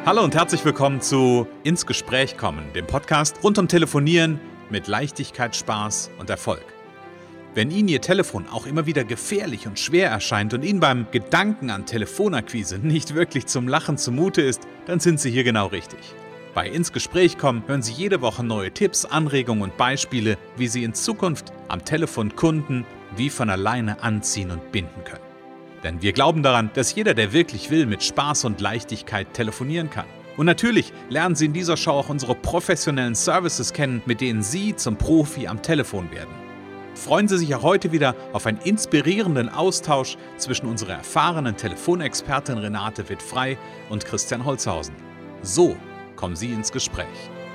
Hallo und herzlich willkommen zu Ins Gespräch kommen, dem Podcast rund um Telefonieren mit Leichtigkeit, Spaß und Erfolg. Wenn Ihnen Ihr Telefon auch immer wieder gefährlich und schwer erscheint und Ihnen beim Gedanken an Telefonakquise nicht wirklich zum Lachen zumute ist, dann sind Sie hier genau richtig. Bei Ins Gespräch kommen hören Sie jede Woche neue Tipps, Anregungen und Beispiele, wie Sie in Zukunft am Telefon Kunden wie von alleine anziehen und binden können. Denn wir glauben daran, dass jeder, der wirklich will, mit Spaß und Leichtigkeit telefonieren kann. Und natürlich lernen Sie in dieser Show auch unsere professionellen Services kennen, mit denen Sie zum Profi am Telefon werden. Freuen Sie sich auch heute wieder auf einen inspirierenden Austausch zwischen unserer erfahrenen Telefonexpertin Renate Wittfrei und Christian Holzhausen. So kommen Sie ins Gespräch.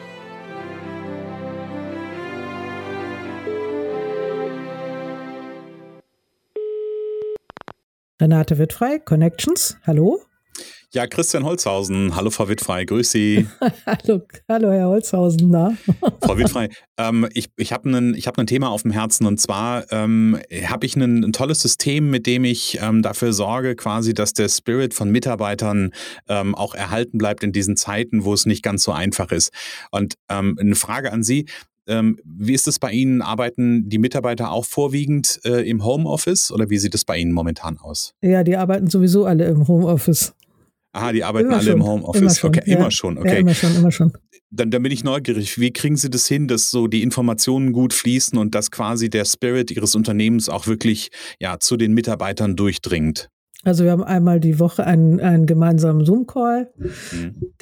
Renate Wittfrei, Connections, hallo. Ja, Christian Holzhausen, hallo Frau Wittfrei, grüß Sie. Hallo Herr Holzhausen, na? Frau Wittfrei, ich habe ein Thema auf dem Herzen und zwar habe ich ein tolles System, mit dem ich dafür sorge, quasi, dass der Spirit von Mitarbeitern auch erhalten bleibt in diesen Zeiten, wo es nicht ganz so einfach ist. Und eine Frage an Sie. Wie ist es bei Ihnen? Arbeiten die Mitarbeiter auch vorwiegend im Homeoffice oder wie sieht es bei Ihnen momentan aus? Ja, die arbeiten sowieso alle im Homeoffice. Aha, die arbeiten Immer alle schon, im Homeoffice. immer schon, Okay, ja. immer schon. Okay. Ja, immer schon. Dann bin ich neugierig. Wie kriegen Sie das hin, dass so die Informationen gut fließen und dass quasi der Spirit Ihres Unternehmens auch wirklich zu den Mitarbeitern durchdringt? Also wir haben einmal die Woche einen gemeinsamen Zoom-Call. Da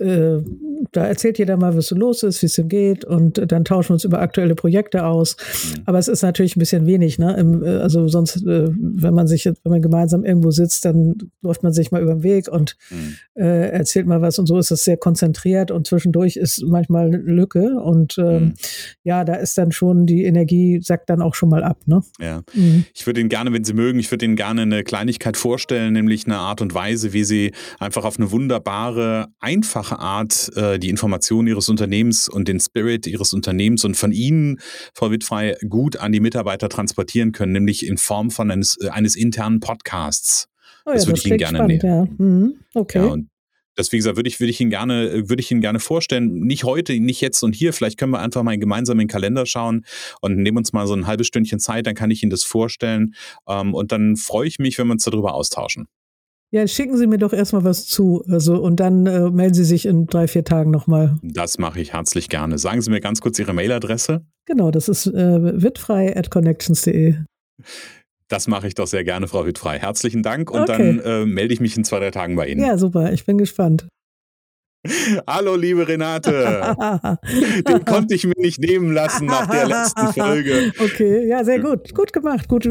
da erzählt jeder mal, was so los ist, wie es ihm geht und dann tauschen wir uns über aktuelle Projekte aus. Aber es ist natürlich ein bisschen wenig, ne? Also sonst, wenn man gemeinsam irgendwo sitzt, dann läuft man sich mal über den Weg und erzählt mal was und so ist das sehr konzentriert und zwischendurch ist manchmal eine Lücke und da ist dann schon die Energie sackt dann auch schon mal ab, ne? Ja. Ich würde Ihnen gerne, wenn Sie mögen, eine Kleinigkeit vorstellen, nämlich eine Art und Weise, wie Sie einfach auf eine wunderbare, einfache Art die Informationen Ihres Unternehmens und den Spirit Ihres Unternehmens und von Ihnen, Frau Wittfrei, gut an die Mitarbeiter transportieren können, nämlich in Form von eines internen Podcasts. Das würde ich Ihnen gerne spannend, nähern. Ja. Okay. Ja, und das, wie gesagt, würde ich Ihnen gerne vorstellen. Nicht heute, nicht jetzt und hier. Vielleicht können wir einfach mal gemeinsam in den Kalender schauen und nehmen uns mal so ein halbes Stündchen Zeit. Dann kann ich Ihnen das vorstellen. Und dann freue ich mich, wenn wir uns darüber austauschen. Ja, schicken Sie mir doch erstmal was zu. Und dann melden Sie sich in 3-4 Tagen nochmal. Das mache ich herzlich gerne. Sagen Sie mir ganz kurz Ihre Mailadresse. Genau, das ist wittfrei@connections.de. Das mache ich doch sehr gerne, Frau Wittfrei. Herzlichen Dank und dann melde ich mich in 2-3 Tagen bei Ihnen. Ja, super. Ich bin gespannt. Hallo, liebe Renate. Den konnte ich mir nicht nehmen lassen nach der letzten Folge. Okay, ja, sehr gut. Gut gemacht. Gut.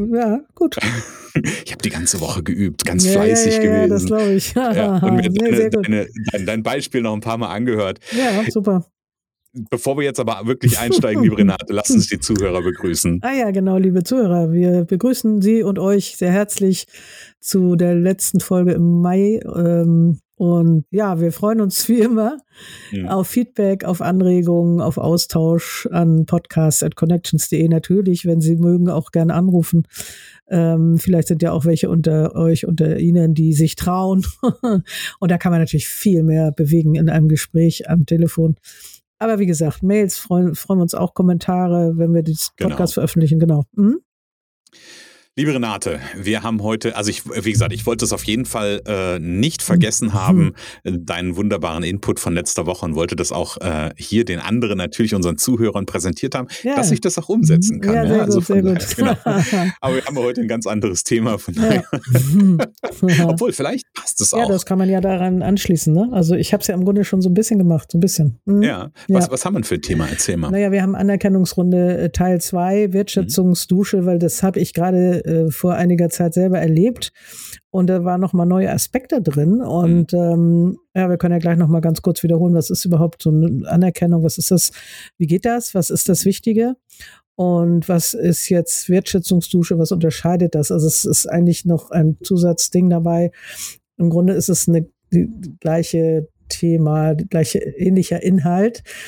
Ich habe die ganze Woche geübt, ganz fleißig gewesen. Ja, das glaube ich. Und mir dein Beispiel noch ein paar Mal angehört. Ja, super. Bevor wir jetzt aber wirklich einsteigen, liebe Renate, lass uns die Zuhörer begrüßen. Ja, genau, liebe Zuhörer. Wir begrüßen Sie und euch sehr herzlich zu der letzten Folge im Mai. Und ja, wir freuen uns wie immer auf Feedback, auf Anregungen, auf Austausch an podcast@connections.de. Natürlich, wenn Sie mögen, auch gerne anrufen. Vielleicht sind ja auch welche unter Ihnen, die sich trauen. Und da kann man natürlich viel mehr bewegen in einem Gespräch am Telefon. Aber wie gesagt, Mails freuen wir uns auch, Kommentare, wenn wir diesen Podcast veröffentlichen. Genau. Liebe Renate, wir haben heute, wie gesagt, ich wollte es auf jeden Fall nicht vergessen haben, deinen wunderbaren Input von letzter Woche und wollte das auch hier den anderen, natürlich unseren Zuhörern präsentiert haben, dass ich das auch umsetzen kann. Ja, sehr gut. Genau. Aber wir haben heute ein ganz anderes Thema von daher. Obwohl, vielleicht passt es auch. Ja, das kann man ja daran anschließen. Ne? Also ich habe es ja im Grunde schon so ein bisschen gemacht, Ja, was haben wir für ein Thema? Erzähl mal. Naja, wir haben Anerkennungsrunde Teil 2, Wertschätzungsdusche, weil das habe ich gerade vor einiger Zeit selber erlebt und da waren nochmal neue Aspekte drin und wir können ja gleich nochmal ganz kurz wiederholen, was ist überhaupt so eine Anerkennung, was ist das, wie geht das, was ist das Wichtige und was ist jetzt Wertschätzungsdusche, was unterscheidet das? Also es ist eigentlich noch ein Zusatzding dabei. Im Grunde ist es die gleiche Thema, gleiche ähnlicher Inhalt.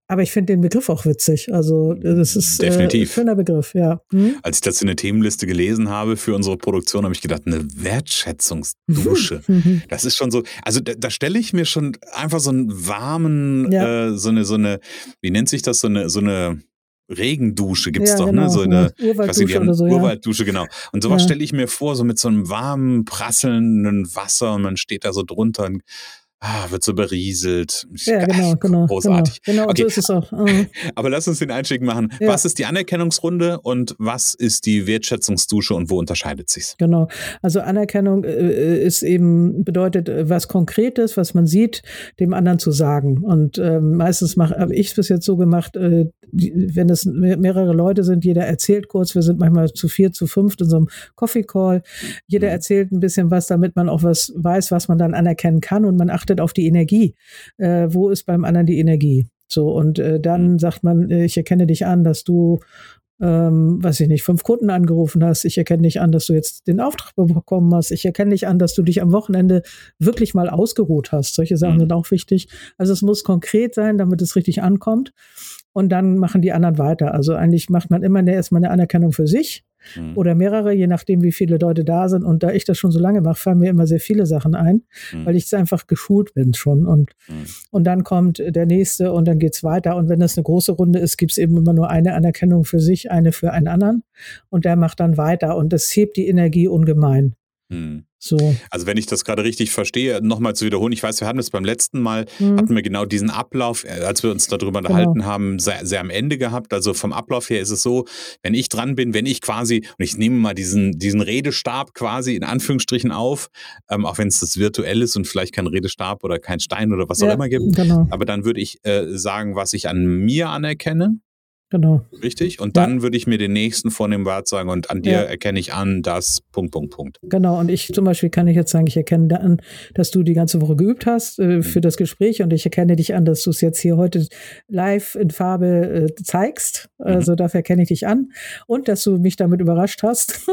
Aber ich finde den Begriff auch witzig. Also das ist definitiv ein schöner Begriff, ja. Als ich das in der Themenliste gelesen habe für unsere Produktion, habe ich gedacht, eine Wertschätzungsdusche. Das ist schon so, also da stelle ich mir schon einfach so einen warmen, so eine, wie nennt sich das, so eine Regendusche gibt's doch, genau. ne? So eine Urwalddusche oder so, Urwalddusche, genau. Und sowas stelle ich mir vor, so mit so einem warmen, prasselnden Wasser und man steht da so drunter und wird so berieselt. Ja, genau. Großartig. Genau, okay. So ist es auch. Aber lass uns den Einstieg machen. Ja. Was ist die Anerkennungsrunde und was ist die Wertschätzungsdusche und wo unterscheidet sich's? Genau. Also Anerkennung ist eben, bedeutet was Konkretes, was man sieht, dem anderen zu sagen. Und meistens habe ich es bis jetzt so gemacht, wenn es mehrere Leute sind, jeder erzählt kurz, wir sind manchmal zu 4, zu 5 in so einem Coffee Call. Jeder erzählt ein bisschen was, damit man auch was weiß, was man dann anerkennen kann und man achtet auf die Energie. Wo ist beim anderen die Energie? So, und dann sagt man, ich erkenne dich an, dass du, weiß ich nicht, 5 Kunden angerufen hast. Ich erkenne dich an, dass du jetzt den Auftrag bekommen hast. Ich erkenne dich an, dass du dich am Wochenende wirklich mal ausgeruht hast. Solche Sachen sind auch wichtig. Also es muss konkret sein, damit es richtig ankommt. Und dann machen die anderen weiter. Also eigentlich macht man immer erstmal eine Anerkennung für sich oder mehrere, je nachdem, wie viele Leute da sind. Und da ich das schon so lange mache, fallen mir immer sehr viele Sachen ein, weil ich einfach geschult bin schon. Und dann kommt der nächste und dann geht's weiter. Und wenn das eine große Runde ist, gibt's eben immer nur eine Anerkennung für sich, eine für einen anderen. Und der macht dann weiter. Und das hebt die Energie ungemein. So. Also wenn ich das gerade richtig verstehe, nochmal zu wiederholen, ich weiß, wir hatten es beim letzten Mal, hatten wir genau diesen Ablauf, als wir uns darüber unterhalten haben, sehr, sehr am Ende gehabt. Also vom Ablauf her ist es so, wenn ich dran bin, wenn ich quasi, und ich nehme mal diesen Redestab quasi in Anführungsstrichen auf, auch wenn es das virtuell ist und vielleicht kein Redestab oder kein Stein oder was auch immer gibt, aber dann würde ich sagen, was ich an mir anerkenne. Genau. Richtig? Und dann würde ich mir den nächsten von dem Wort sagen und an dir erkenne ich an, dass ... Genau, und ich zum Beispiel kann ich jetzt sagen, ich erkenne an, dass du die ganze Woche geübt hast für das Gespräch und ich erkenne dich an, dass du es jetzt hier heute live in Farbe zeigst. Also dafür erkenne ich dich an und dass du mich damit überrascht hast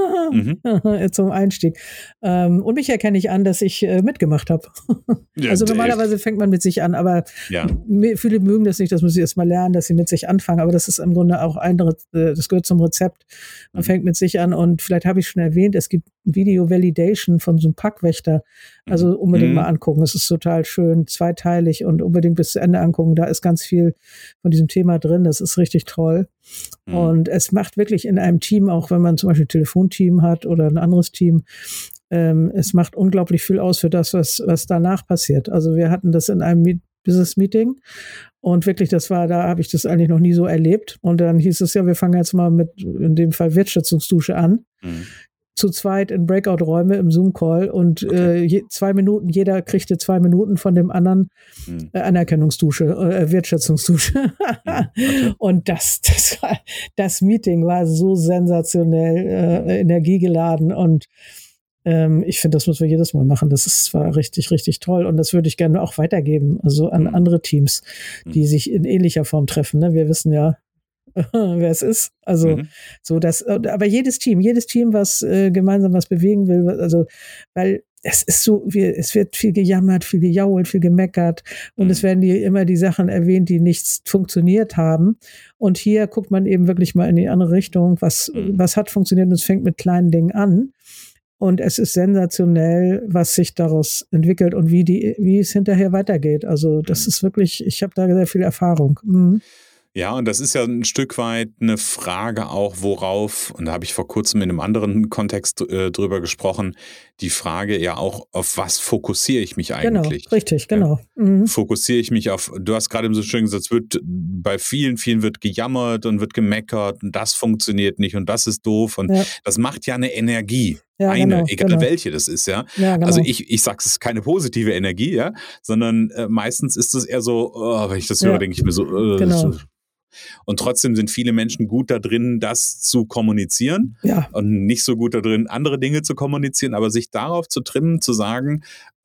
zum Einstieg. Und mich erkenne ich an, dass ich mitgemacht habe. Also normalerweise fängt man mit sich an, aber viele mögen das nicht, das muss ich erst mal lernen, dass sie mit sich anfangen, aber das ist im Grunde auch das gehört zum Rezept. Man fängt mit sich an und vielleicht habe ich schon erwähnt, es gibt Video-Validation von so einem Packwächter. Also unbedingt mal angucken. Es ist total schön, zweiteilig und unbedingt bis zu Ende angucken. Da ist ganz viel von diesem Thema drin. Das ist richtig toll. Und es macht wirklich in einem Team, auch wenn man zum Beispiel ein Telefonteam hat oder ein anderes Team, es macht unglaublich viel aus für das, was danach passiert. Also wir hatten das in einem Business-Meeting und wirklich, da habe ich das eigentlich noch nie so erlebt. Und dann hieß es wir fangen jetzt mal mit, in dem Fall Wertschätzungsdusche an. Zu zweit in Breakout-Räume im Zoom-Call und 2 Minuten, jeder kriegte 2 Minuten von dem anderen Anerkennungsdusche, Wertschätzungsdusche. Und das Meeting war so sensationell energiegeladen und ich finde, das müssen wir jedes Mal machen. War richtig, richtig toll. Und das würde ich gerne auch weitergeben. Also an andere Teams, die sich in ähnlicher Form treffen. Ne? Wir wissen ja, wer es ist. Also aber jedes Team, was gemeinsam was bewegen will, also weil es ist so, es wird viel gejammert, viel gejault, viel gemeckert und es werden immer die Sachen erwähnt, die nichts funktioniert haben. Und hier guckt man eben wirklich mal in die andere Richtung, was hat funktioniert und es fängt mit kleinen Dingen an. Und es ist sensationell, was sich daraus entwickelt und wie es hinterher weitergeht. Also das ist wirklich, ich habe da sehr viel Erfahrung. Ja, und das ist ja ein Stück weit eine Frage auch, worauf, und da habe ich vor kurzem in einem anderen Kontext drüber gesprochen, die Frage ja auch, auf was fokussiere ich mich eigentlich? Genau, richtig, genau. Fokussiere ich mich auf, du hast gerade so schön gesagt, bei vielen wird gejammert und wird gemeckert und das funktioniert nicht und das ist doof und das macht ja eine Energie. Egal welche das ist, ja. Genau. Also ich sage, es ist keine positive Energie, ja, sondern meistens ist es eher so, wenn ich das höre, denke ich mir so, Und trotzdem sind viele Menschen gut da drin, das zu kommunizieren und nicht so gut da drin, andere Dinge zu kommunizieren, aber sich darauf zu trimmen, zu sagen,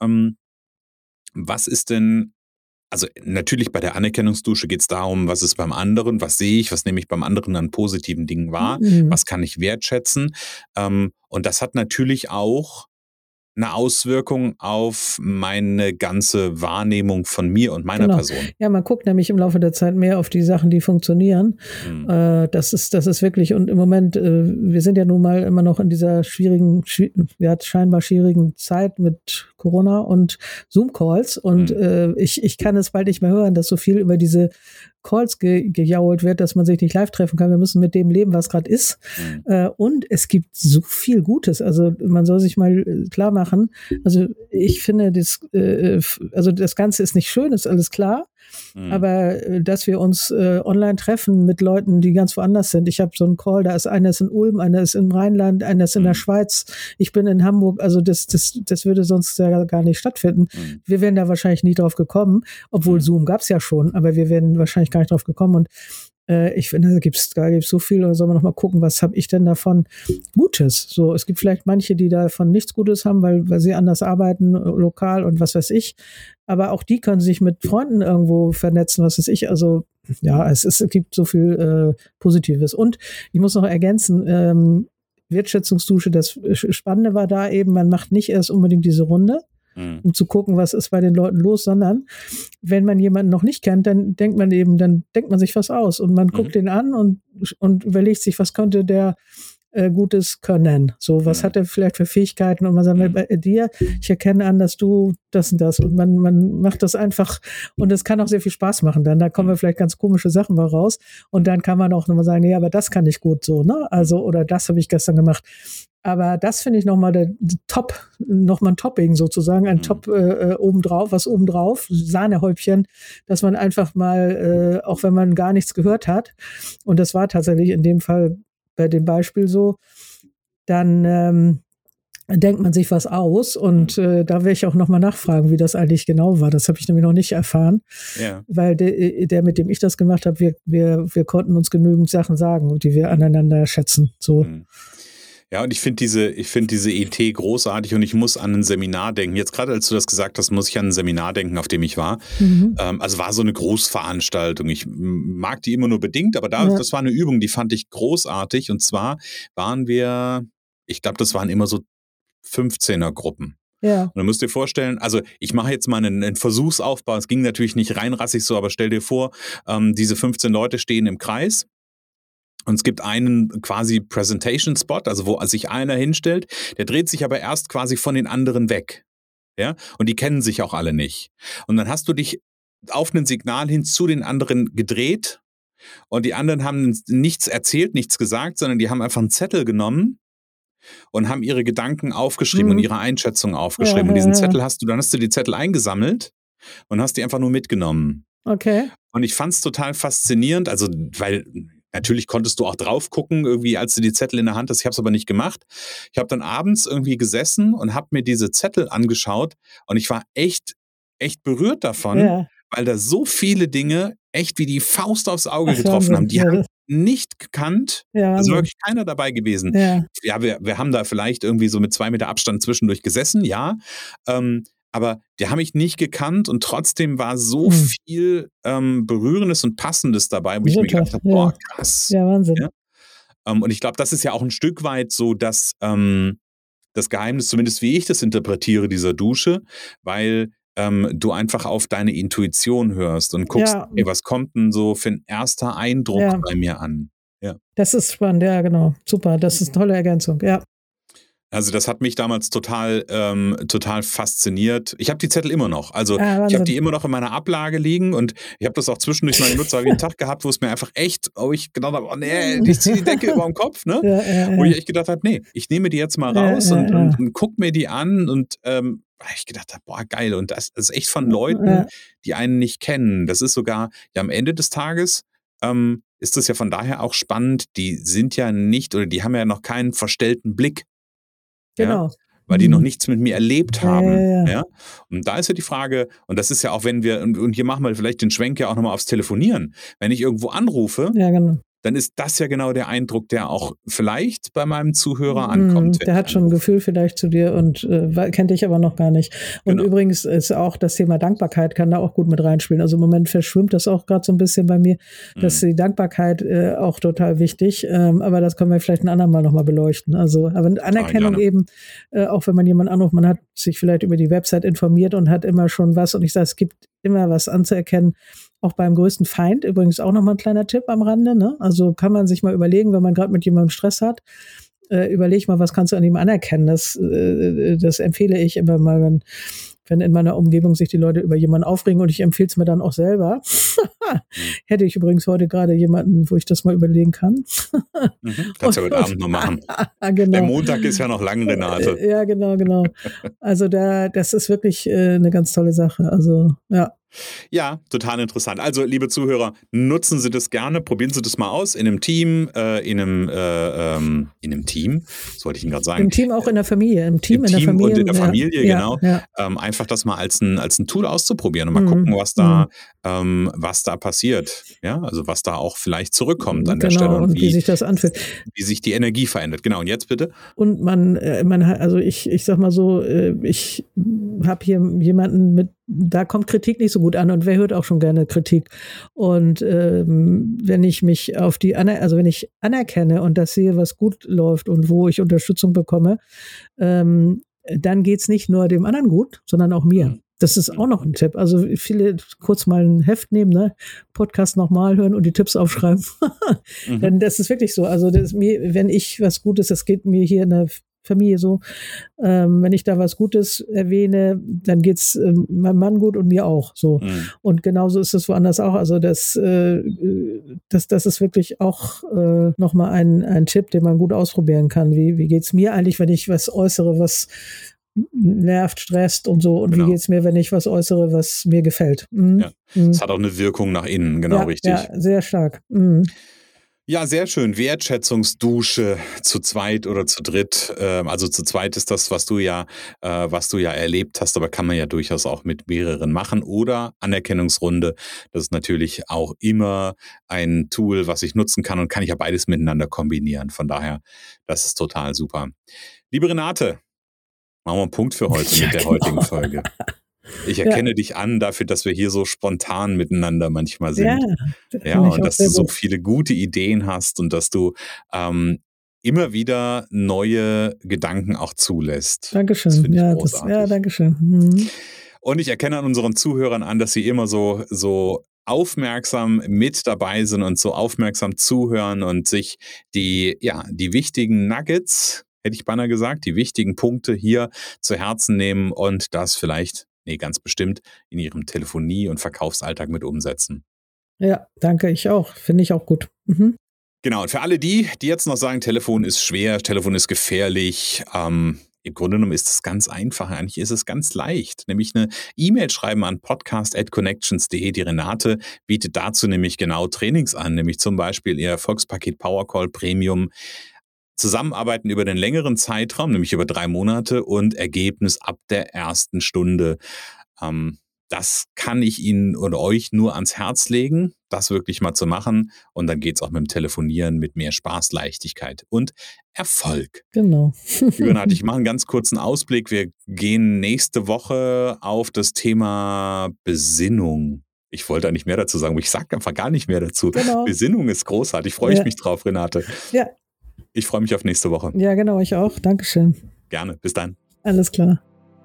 was ist denn, also natürlich bei der Anerkennungsdusche geht es darum, was ist beim anderen, was sehe ich, was nehme ich beim anderen an positiven Dingen wahr, was kann ich wertschätzen, und das hat natürlich auch eine Auswirkung auf meine ganze Wahrnehmung von mir und meiner Person. Ja, man guckt nämlich im Laufe der Zeit mehr auf die Sachen, die funktionieren. Das ist wirklich, und im Moment, wir sind ja nun mal immer noch in dieser scheinbar schwierigen Zeit mit Corona und Zoom-Calls, und ich kann es bald nicht mehr hören, dass so viel über diese Calls gejault wird, dass man sich nicht live treffen kann. Wir müssen mit dem leben, was gerade ist. Und es gibt so viel Gutes. Also man soll sich mal klar machen. Also ich finde, das Ganze ist nicht schön, ist alles klar. Aber dass wir uns online treffen mit Leuten, die ganz woanders sind. Ich habe so einen Call, einer ist in Ulm, einer ist im Rheinland, einer ist in der Schweiz, ich bin in Hamburg. Also das würde sonst ja gar nicht stattfinden. Wir wären da wahrscheinlich nie drauf gekommen, obwohl Zoom gab es ja schon, aber wir wären wahrscheinlich gar nicht drauf gekommen. Und ich finde, da gibt's so viel, oder soll man noch mal gucken, was habe ich denn davon Gutes? So, es gibt vielleicht manche, die davon nichts Gutes haben, weil sie anders arbeiten, lokal und was weiß ich. Aber auch die können sich mit Freunden irgendwo vernetzen, was weiß ich. Also ja, es gibt so viel Positives. Und ich muss noch ergänzen, Wertschätzungsdusche, das Spannende war da eben, man macht nicht erst unbedingt diese Runde, um zu gucken, was ist bei den Leuten los, sondern wenn man jemanden noch nicht kennt, dann denkt man sich was aus und man guckt den an und überlegt sich, was könnte der Gutes können. So, was hat er vielleicht für Fähigkeiten? Und man sagt, bei dir, ich erkenne an, dass du das und das. Und man macht das einfach, und es kann auch sehr viel Spaß machen. Da kommen wir vielleicht ganz komische Sachen mal raus. Und dann kann man auch nochmal sagen, nee, aber das kann ich gut so, ne? Also, oder das habe ich gestern gemacht. Aber das finde ich nochmal nochmal ein Topping sozusagen, ein Top obendrauf, Sahnehäubchen, dass man einfach mal, auch wenn man gar nichts gehört hat, und das war tatsächlich in dem Fall bei dem Beispiel so, dann denkt man sich was aus, und da will ich auch nochmal nachfragen, wie das eigentlich genau war. Das habe ich nämlich noch nicht erfahren, weil der, mit dem ich das gemacht habe, wir konnten uns genügend Sachen sagen, die wir aneinander schätzen. So. Ja, und ich finde diese ET großartig, und ich muss an ein Seminar denken. Jetzt gerade, als du das gesagt hast, muss ich an ein Seminar denken, auf dem ich war. Also war so eine Großveranstaltung. Ich mag die immer nur bedingt, aber das war eine Übung, die fand ich großartig. Und zwar waren wir, ich glaube, das waren immer so 15er-Gruppen. Ja. Und du musst dir vorstellen, also ich mache jetzt mal einen Versuchsaufbau. Es ging natürlich nicht reinrassig so, aber stell dir vor, diese 15 Leute stehen im Kreis. Und es gibt einen quasi Presentation-Spot, also wo sich einer hinstellt, der dreht sich aber erst quasi von den anderen weg. Ja? Und die kennen sich auch alle nicht. Und dann hast du dich auf ein Signal hin zu den anderen gedreht, und die anderen haben nichts erzählt, nichts gesagt, sondern die haben einfach einen Zettel genommen und haben ihre Gedanken aufgeschrieben und ihre Einschätzung aufgeschrieben. Und diesen Zettel hast du die Zettel eingesammelt und hast die einfach nur mitgenommen. Okay. Und ich fand es total faszinierend, also weil natürlich konntest du auch drauf gucken, irgendwie, als du die Zettel in der Hand hast. Ich habe es aber nicht gemacht. Ich habe dann abends irgendwie gesessen und habe mir diese Zettel angeschaut, und ich war echt berührt davon, weil da so viele Dinge echt wie die Faust aufs Auge getroffen haben. Die haben nicht gekannt. Also wirklich keiner dabei gewesen. Ja, wir haben da vielleicht irgendwie so mit 2 Meter Abstand zwischendurch gesessen, ja. Aber die haben mich nicht gekannt, und trotzdem war so viel Berührendes und Passendes dabei, wo ich mir gedacht habe, boah, krass. Ja, Wahnsinn. Ja? Und ich glaube, das ist ja auch ein Stück weit so, dass das Geheimnis, zumindest wie ich das interpretiere, dieser Dusche, weil du einfach auf deine Intuition hörst und guckst, ey, was kommt denn so für ein erster Eindruck bei mir an? Ja. Das ist spannend, ja, genau. Super, das ist eine tolle Ergänzung, ja. Also das hat mich damals total fasziniert. Ich habe die Zettel immer noch. Also ich habe die immer noch in meiner Ablage liegen, und ich habe das auch zwischendurch mal genutzt, habe ich einen Tag gehabt, wo es mir einfach echt, ich gedacht habe, oh nee, ich ziehe die Decke über den Kopf, ne? Wo ich echt gedacht habe, nee, ich nehme die jetzt mal raus und guck mir die an, und ich gedacht habe, boah, geil. Und das ist echt von Leuten, die einen nicht kennen. Das ist sogar, ja, am Ende des Tages ist das ja von daher auch spannend. Die sind ja nicht, oder die haben ja noch keinen verstellten Blick. Genau. Ja, weil die noch nichts mit mir erlebt haben. Ja. Und da ist ja die Frage, und das ist ja auch, wenn wir, und hier machen wir vielleicht den Schwenk ja auch nochmal aufs Telefonieren. Wenn ich irgendwo anrufe, dann ist das ja genau der Eindruck, der auch vielleicht bei meinem Zuhörer ankommt. Der hat schon ein Gefühl vielleicht zu dir und kennt dich aber noch gar nicht. Und übrigens ist auch das Thema Dankbarkeit kann da auch gut mit reinspielen. Also im Moment verschwimmt das auch gerade so ein bisschen bei mir, dass die Dankbarkeit auch total wichtig, aber das können wir vielleicht ein andermal nochmal beleuchten. Also, aber Anerkennung eben, auch wenn man jemanden anruft, man hat sich vielleicht über die Website informiert und hat immer schon was und ich sage, es gibt immer was anzuerkennen, auch beim größten Feind. Übrigens auch nochmal ein kleiner Tipp am Rande, ne? Also kann man sich mal überlegen, wenn man gerade mit jemandem Stress hat, überleg mal, was kannst du an ihm anerkennen. Das empfehle ich immer mal, wenn in meiner Umgebung sich die Leute über jemanden aufregen und ich empfehle es mir dann auch selber. Hätte ich übrigens heute gerade jemanden, wo ich das mal überlegen kann. Kannst du heute Abend noch machen. Genau. Der Montag ist ja noch lang, Renate. Ja, genau. Also das ist wirklich eine ganz tolle Sache. Also, ja. Ja, total interessant. Also, liebe Zuhörer, nutzen Sie das gerne, probieren Sie das mal aus in einem Team, in einem Team, das wollte ich Ihnen gerade sagen. Im Team auch in der Familie, Im Team und in der Familie, genau. Ja. Einfach das mal als ein Tool auszuprobieren und mal gucken, was da passiert. Ja, also was da auch vielleicht zurückkommt an der Stelle und wie sich das anfühlt. Wie sich die Energie verändert. Genau, und jetzt bitte? Und man hat, also ich sag mal so, ich habe hier jemanden da kommt Kritik nicht so gut an und wer hört auch schon gerne Kritik. Und wenn ich mich wenn ich anerkenne und das sehe, was gut läuft und wo ich Unterstützung bekomme, dann geht's nicht nur dem anderen gut, sondern auch mir. Das ist auch noch ein Tipp. Also viele kurz mal ein Heft nehmen, ne? Podcast nochmal hören und die Tipps aufschreiben. Denn das ist wirklich so. Also wenn ich was Gutes, das geht mir hier in der Familie so, wenn ich da was Gutes erwähne, dann geht's meinem Mann gut und mir auch so. Und genauso ist es woanders auch. Also das ist wirklich auch nochmal ein Tipp, den man gut ausprobieren kann. Wie geht's mir eigentlich, wenn ich was äußere, was nervt, stresst und so. Und wie geht's mir, wenn ich was äußere, was mir gefällt? Ja. Es hat auch eine Wirkung nach innen, genau, richtig. Ja, sehr stark. Ja, sehr schön. Wertschätzungsdusche zu zweit oder zu dritt. Also zu zweit ist das, was du ja erlebt hast, aber kann man ja durchaus auch mit mehreren machen. Oder Anerkennungsrunde. Das ist natürlich auch immer ein Tool, was ich nutzen kann und kann ich ja beides miteinander kombinieren. Von daher, das ist total super. Liebe Renate, machen wir einen Punkt für heute mit der heutigen Folge. Ich erkenne dich an dafür, dass wir hier so spontan miteinander manchmal sind. Ja, und dass du so viele gute Ideen hast und dass du immer wieder neue Gedanken auch zulässt. Dankeschön. Das finde ich großartig. Dankeschön. Und ich erkenne an unseren Zuhörern an, dass sie immer so aufmerksam mit dabei sind und so aufmerksam zuhören und sich die wichtigen Nuggets, hätte ich beinahe gesagt, die wichtigen Punkte hier zu Herzen nehmen und das vielleicht ganz bestimmt in ihrem Telefonie- und Verkaufsalltag mit umsetzen. Ja, danke, ich auch. Finde ich auch gut. Genau, und für alle die jetzt noch sagen, Telefon ist schwer, Telefon ist gefährlich, im Grunde genommen ist es ganz einfach. Eigentlich ist es ganz leicht, nämlich eine E-Mail schreiben an podcast@connections.de. Die Renate bietet dazu nämlich genau Trainings an, nämlich zum Beispiel ihr Erfolgspaket Powercall Premium. Zusammenarbeiten über den längeren Zeitraum, nämlich über 3 Monate und Ergebnis ab der ersten Stunde. Das kann ich Ihnen oder euch nur ans Herz legen, das wirklich mal zu machen. Und dann geht es auch mit dem Telefonieren mit mehr Spaß, Leichtigkeit und Erfolg. Genau. Liebe Renate, ich mache einen ganz kurzen Ausblick. Wir gehen nächste Woche auf das Thema Besinnung. Ich wollte eigentlich mehr dazu sagen, aber ich sage einfach gar nicht mehr dazu. Genau. Besinnung ist großartig. Freue ich mich drauf, Renate. Ja. Ich freue mich auf nächste Woche. Ja, genau, ich auch. Dankeschön. Gerne. Bis dann. Alles klar.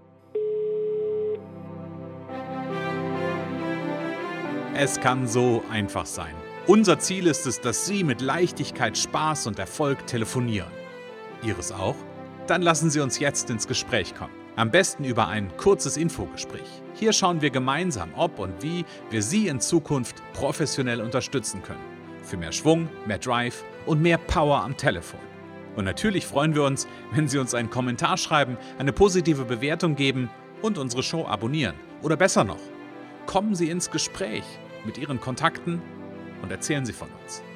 Es kann so einfach sein. Unser Ziel ist es, dass Sie mit Leichtigkeit, Spaß und Erfolg telefonieren. Ihres auch? Dann lassen Sie uns jetzt ins Gespräch kommen. Am besten über ein kurzes Infogespräch. Hier schauen wir gemeinsam, ob und wie wir Sie in Zukunft professionell unterstützen können. Für mehr Schwung, mehr Drive und mehr Power am Telefon. Und natürlich freuen wir uns, wenn Sie uns einen Kommentar schreiben, eine positive Bewertung geben und unsere Show abonnieren. Oder besser noch, kommen Sie ins Gespräch mit Ihren Kontakten und erzählen Sie von uns.